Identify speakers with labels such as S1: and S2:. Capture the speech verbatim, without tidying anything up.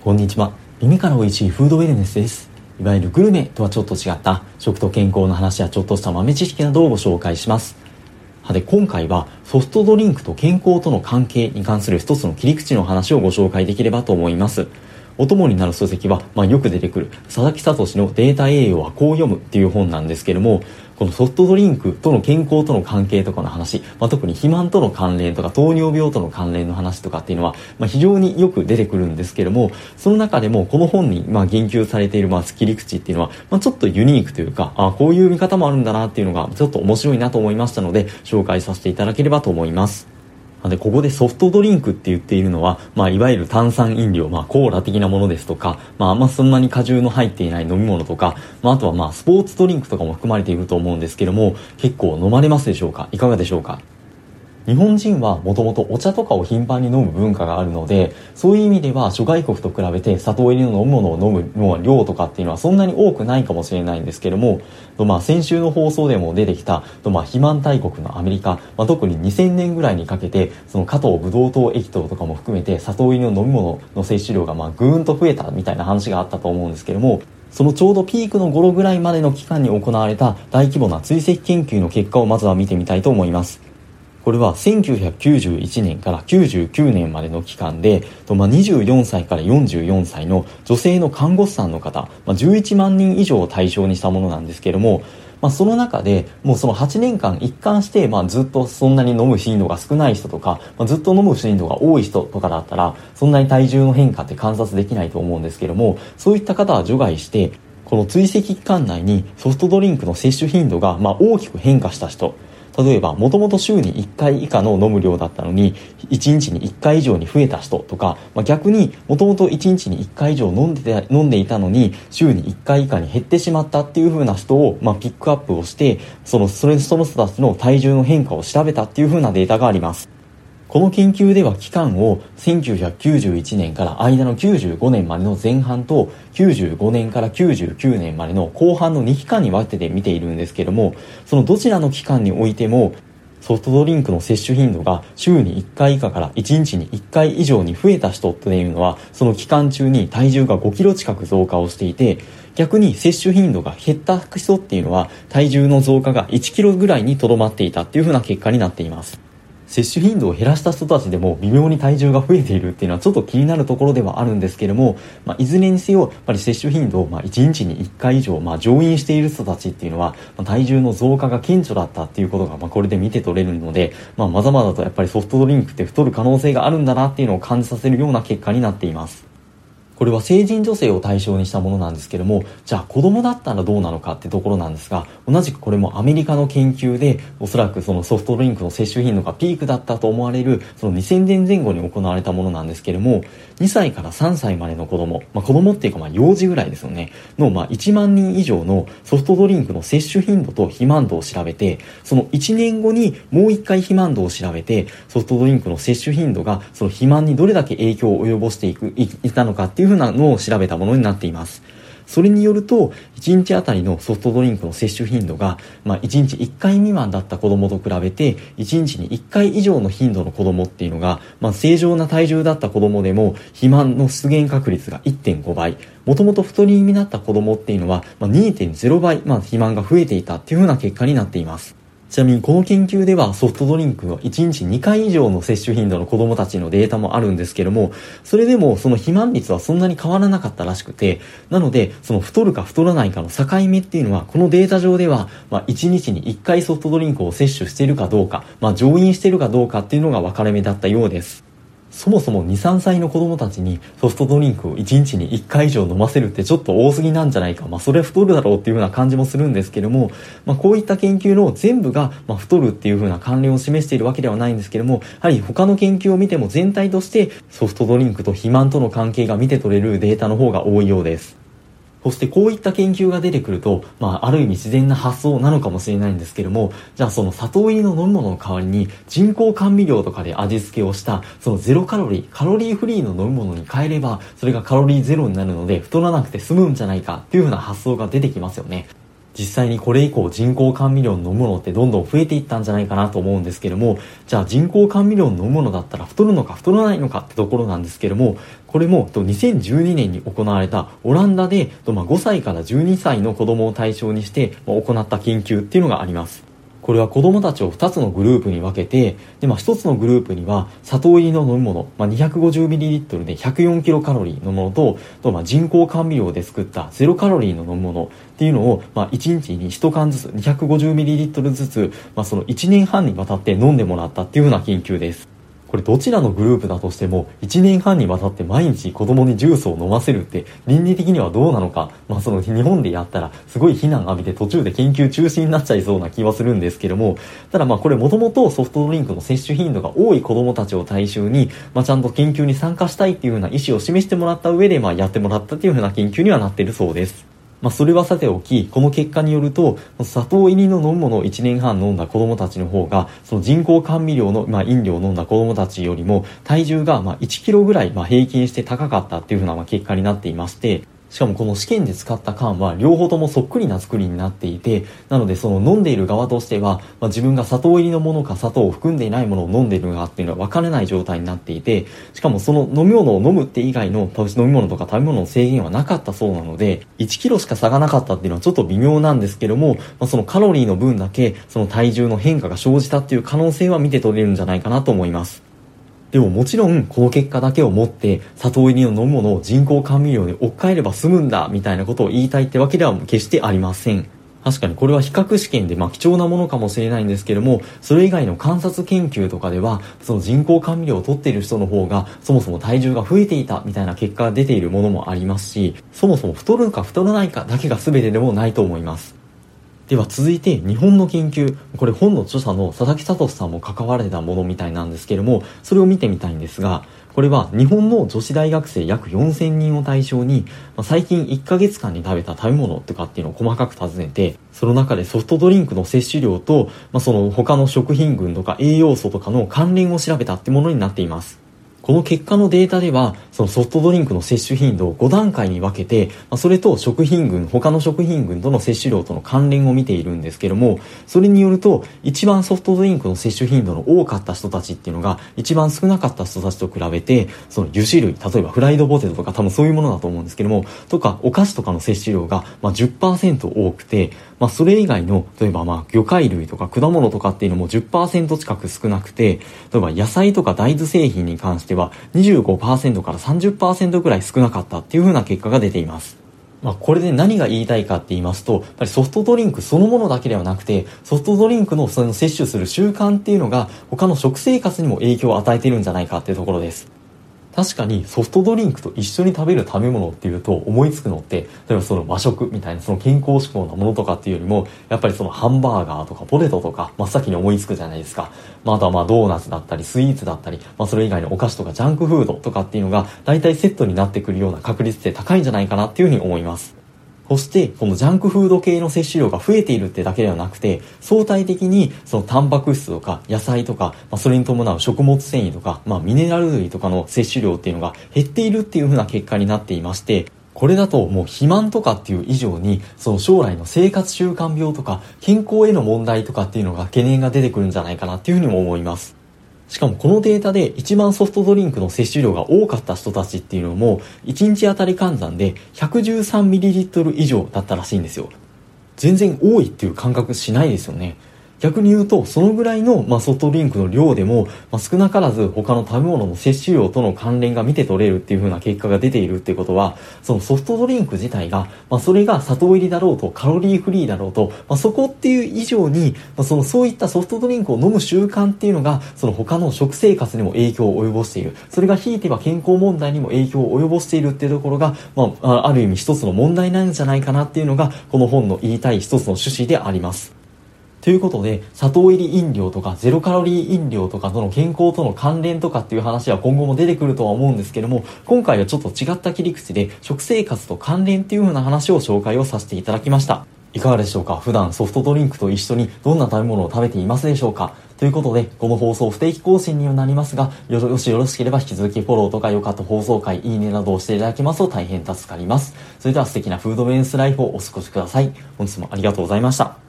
S1: こんにちは。耳から美味しいフードウェルネスです。いわゆるグルメとはちょっと違った食と健康の話やちょっとした豆知識などをご紹介します。で、今回はソフトドリンクと健康との関係に関する一つの切り口の話をご紹介できればと思います。お供になる書籍は、まあ、よく出てくる佐々木聡のデータ栄養はこう読むっていう本なんですけども、このソフトドリンクとの健康との関係とかの話、まあ、特に肥満との関連とか糖尿病との関連の話とかっていうのは、まあ、非常によく出てくるんですけども、その中でもこの本にまあ言及されているまあ切り口っていうのは、まあ、ちょっとユニークというか、あこういう見方もあるんだなっていうのがちょっと面白いなと思いましたので紹介させていただければと思います。で、ここでソフトドリンクって言っているのは、まあ、いわゆる炭酸飲料、まあ、コーラ的なものですとか、まあ、あんまそんなに果汁の入っていない飲み物とか、まあ、あとはまあ、スポーツドリンクとかも含まれていると思うんですけども、結構飲まれますでしょうか？いかがでしょうか？日本人はもともとお茶とかを頻繁に飲む文化があるので、そういう意味では諸外国と比べて砂糖入りの飲むものを飲むの量とかっていうのはそんなに多くないかもしれないんですけども、まあ、先週の放送でも出てきた、まあ、肥満大国のアメリカ、まあ、特ににせんねんぐらいにかけてその加糖ブドウ糖液糖とかも含めて砂糖入りの飲み物の摂取量がまあぐーんと増えたみたいな話があったと思うんですけども、そのちょうどピークの頃ぐらいまでの期間に行われた大規模な追跡研究の結果をまずは見てみたいと思います。これはせんきゅうひゃくきゅうじゅういちねんからきゅうじゅうきゅうねんまでの期間で、まあ、にじゅうよんさいからよんじゅうよんさいの女性の看護師さんの方、まあ、じゅういちまんにん以上を対象にしたものなんですけども、まあ、その中でもうそのはちねんかん一貫して、まあ、ずっとそんなに飲む頻度が少ない人とか、まあ、ずっと飲む頻度が多い人とかだったらそんなに体重の変化って観察できないと思うんですけども、そういった方は除外して、この追跡期間内にソフトドリンクの摂取頻度がまあ大きく変化した人、例えばもともと週にいっかい以下の飲む量だったのにいちにちにいっかい以上に増えた人とか、まあ、逆にもともといちにちにいっかい以上飲んでて飲んでいたのに週にいっかい以下に減ってしまったっていう風な人を、まあ、ピックアップをしてそのそれその人たちの体重の変化を調べたっていう風なデータがあります。この研究では期間をせんきゅうひゃくきゅうじゅういちねんから間のきゅうじゅうごねんまでの前半ときゅうじゅうごねんからきゅうじゅうきゅうねんまでの後半のに期間に分けて見ているんですけども、そのどちらの期間においてもソフトドリンクの摂取頻度が週にいっかい以下からいちにちにいっかい以上に増えた人っていうのはその期間中に体重がごキロ近く増加をしていて、逆に摂取頻度が減った人っていうのは体重の増加がいちキロぐらいにとどまっていたっていう風な結果になっています。摂取頻度を減らした人たちでも微妙に体重が増えているっていうのはちょっと気になるところではあるんですけども、まあ、いずれにせよやっぱり摂取頻度をまあいちにちにいっかい以上まあ上院している人たちっていうのは、まあ、体重の増加が顕著だったっていうことがまあこれで見て取れるので、まあ、まだまだとやっぱりソフトドリンクって太る可能性があるんだなっていうのを感じさせるような結果になっています。これは成人女性を対象にしたものなんですけども、じゃあ子供だったらどうなのかってところなんですが、同じくこれもアメリカの研究でおそらくそのソフトドリンクの摂取頻度がピークだったと思われるそのにせんねんぜん後に行われたものなんですけども、にさいからさんさいまでの子供、まあ、子供っていうかまあ幼児ぐらいですよねのまあいちまんにん以上のソフトドリンクの摂取頻度と肥満度を調べて、そのいちねんごにもういっかい肥満度を調べて、ソフトドリンクの摂取頻度がその肥満にどれだけ影響を及ぼしていく い, いたのかっていうふうなのを調べたものになっています。それによるといちにちあたりのソフトドリンクの摂取頻度が、まあ、いちにちいっかい未満だった子供と比べていちにちにいっかい以上の頻度の子供っていうのが、まあ、正常な体重だった子供でも肥満の出現確率が いってんごばい、もともと太り気味だった子供っていうのは、まあ、にてんゼロばい、まあ、肥満が増えていたっていう風な結果になっています。ちなみにこの研究ではソフトドリンクはいちにちにかい以上の摂取頻度の子供たちのデータもあるんですけども、それでもその肥満率はそんなに変わらなかったらしくて、なのでその太るか太らないかの境目っていうのはこのデータ上では、まあ、いちにちにいっかいソフトドリンクを摂取しているかどうか、まあ、上飲しているかどうかっていうのが分かれ目だったようです。そもそもに、さんさいの子供たちにソフトドリンクをいちにちにいっかい以上飲ませるってちょっと多すぎなんじゃないか、まあそれは太るだろうっていう風な感じもするんですけども、まあこういった研究の全部がまあ太るっていう風な関連を示しているわけではないんですけども、やはり他の研究を見ても全体としてソフトドリンクと肥満との関係が見て取れるデータの方が多いようです。そしてこういった研究が出てくると、まあ、ある意味自然な発想なのかもしれないんですけども、じゃあその砂糖入りの飲み物の代わりに人工甘味料とかで味付けをしたそのゼロカロリー、カロリーフリーの飲み物に変えればそれがカロリーゼロになるので太らなくて済むんじゃないかっていう風な発想が出てきますよね。 実際にこれ以降人工甘味料を飲むものってどんどん増えていったんじゃないかなと思うんですけども、じゃあ人工甘味料を飲むものだったら太るのか太らないのかってところなんですけども、これもにせんじゅうにねんに行われたオランダでごさいからじゅうにさいの子供を対象にして行った研究っていうのがあります。これは子供たちをふたつのグループに分けて、で、まあ、ひとつのグループには砂糖入りの飲み物、まあ、にひゃくごじゅうミリリットル で ひゃくよんキロカロリーのものと、とまあ人工甘味料で作ったゼロカロリーの飲み物っていうのを、まあ、いちにちにいちかんずつ にひゃくごじゅうミリリットル ずつ、まあ、そのいちねんはんにわたって飲んでもらったっていうような研究です。これどちらのグループだとしてもいちねんはんにわたって毎日子供にジュースを飲ませるって倫理的にはどうなのか、まあその日本でやったらすごい非難浴びて途中で研究中止になっちゃいそうな気はするんですけども、ただまあこれもともとソフトドリンクの摂取頻度が多い子供たちを対象に、まあちゃんと研究に参加したいっていうような意思を示してもらった上でまあやってもらったっていうような研究にはなっているそうです。まあ、それはさておき、この結果によると、砂糖入りの飲むものをいちねんはん飲んだ子供たちの方が、その人工甘味料の、まあ、飲料を飲んだ子供たちよりも、体重がまあいちキロぐらい、まあ、平均して高かったっていうふうなまあ結果になっていまして、しかもこの試験で使った缶は両方ともそっくりな作りになっていて、なのでその飲んでいる側としては、まあ、自分が砂糖入りのものか砂糖を含んでいないものを飲んでいるのかっていうのは分からない状態になっていて、しかもその飲み物を飲むって以外の飲み物とか食べ物の制限はなかったそうなので、いちキロしか差がなかったっていうのはちょっと微妙なんですけども、まあ、そのカロリーの分だけその体重の変化が生じたっていう可能性は見て取れるんじゃないかなと思います。でももちろんこの結果だけをもって砂糖入りの飲み物を人工甘味料に置き換えれば済むんだみたいなことを言いたいってわけでは決してありません。確かにこれは比較試験でまあ貴重なものかもしれないんですけども、それ以外の観察研究とかではその人工甘味料を取っている人の方がそもそも体重が増えていたみたいな結果が出ているものもありますし、そもそも太るか太らないかだけが全てでもないと思います。では続いて日本の研究、これ本の著者の佐々木聡さんも関われたものみたいなんですけれども、それを見てみたいんですが、これは日本の女子大学生約よんせんにんを対象に、まあ、最近いっかげつかんに食べた食べ物とかっていうのを細かく尋ねて、その中でソフトドリンクの摂取量と、まあ、その他の食品群とか栄養素とかの関連を調べたってものになっています。この結果のデータでは、そのソフトドリンクの摂取頻度をごだんかいに分けて、それと食品群、他の食品群との摂取量との関連を見ているんですけども、それによると、一番ソフトドリンクの摂取頻度の多かった人たちっていうのが、一番少なかった人たちと比べて、その油脂類、例えばフライドポテトとか多分そういうものだと思うんですけども、とかお菓子とかの摂取量がまあ じゅっパーセント 多くて、まあそれ以外の、例えばまあ魚介類とか果物とかっていうのも じゅっパーセント 近く少なくて、例えば野菜とか大豆製品に関しては にじゅうごパーセント から さんじゅっパーセント くらい少なかったっていう風な結果が出ています。まあ、これで何が言いたいかって言いますと、やっぱりソフトドリンクそのものだけではなくて、ソフトドリンクのその摂取する習慣っていうのが他の食生活にも影響を与えているんじゃないかっていうところです。確かにソフトドリンクと一緒に食べる食べ物っていうと思いつくのって、例えばその和食みたいなその健康志向なものとかっていうよりも、やっぱりそのハンバーガーとかポテトとか真っ先に思いつくじゃないですか。まあ、あとはまあドーナツだったりスイーツだったり、まあそれ以外のお菓子とかジャンクフードとかっていうのが大体セットになってくるような確率って高いんじゃないかなっていうふうに思います。そして、このジャンクフード系の摂取量が増えているってだけではなくて、相対的にそのタンパク質とか野菜とか、まあ、それに伴う食物繊維とか、まあ、ミネラル類とかの摂取量っていうのが減っているっていう風な結果になっていまして、これだともう肥満とかっていう以上に、その将来の生活習慣病とか健康への問題とかっていうのが懸念が出てくるんじゃないかなっていう風にも思います。しかもこのデータで一番ソフトドリンクの摂取量が多かった人たちっていうのもいちにちあたり換算で ひゃくじゅうさんミリリットル 以上だったらしいんですよ。全然多いっていう感覚しないですよね。逆に言うとそのぐらいの、まあ、ソフトドリンクの量でも、まあ、少なからず他の食べ物の摂取量との関連が見て取れるっていう風な結果が出ているっていうことは、そのソフトドリンク自体が、まあ、それが砂糖入りだろうとカロリーフリーだろうと、まあ、そこっていう以上に、まあ、そのそういったソフトドリンクを飲む習慣っていうのがその他の食生活にも影響を及ぼしている。それがひいては健康問題にも影響を及ぼしているっていうところが、まあ、ある意味一つの問題なんじゃないかなっていうのがこの本の言いたい一つの趣旨であります。ということで、砂糖入り飲料とかゼロカロリー飲料とかとの健康との関連とかっていう話は今後も出てくるとは思うんですけども、今回はちょっと違った切り口で食生活と関連っていう風な話を紹介をさせていただきました。 いかがでしょうか。普段ソフトドリンクと一緒にどんな食べ物を食べていますでしょうか。ということで、この放送不定期更新にはなりますが、よろしよろしければ引き続きフォローとか良かった放送回、いいねなどをしていただけますと大変助かります。それでは素敵なフードベースライフをお過ごしください。本日もありがとうございました。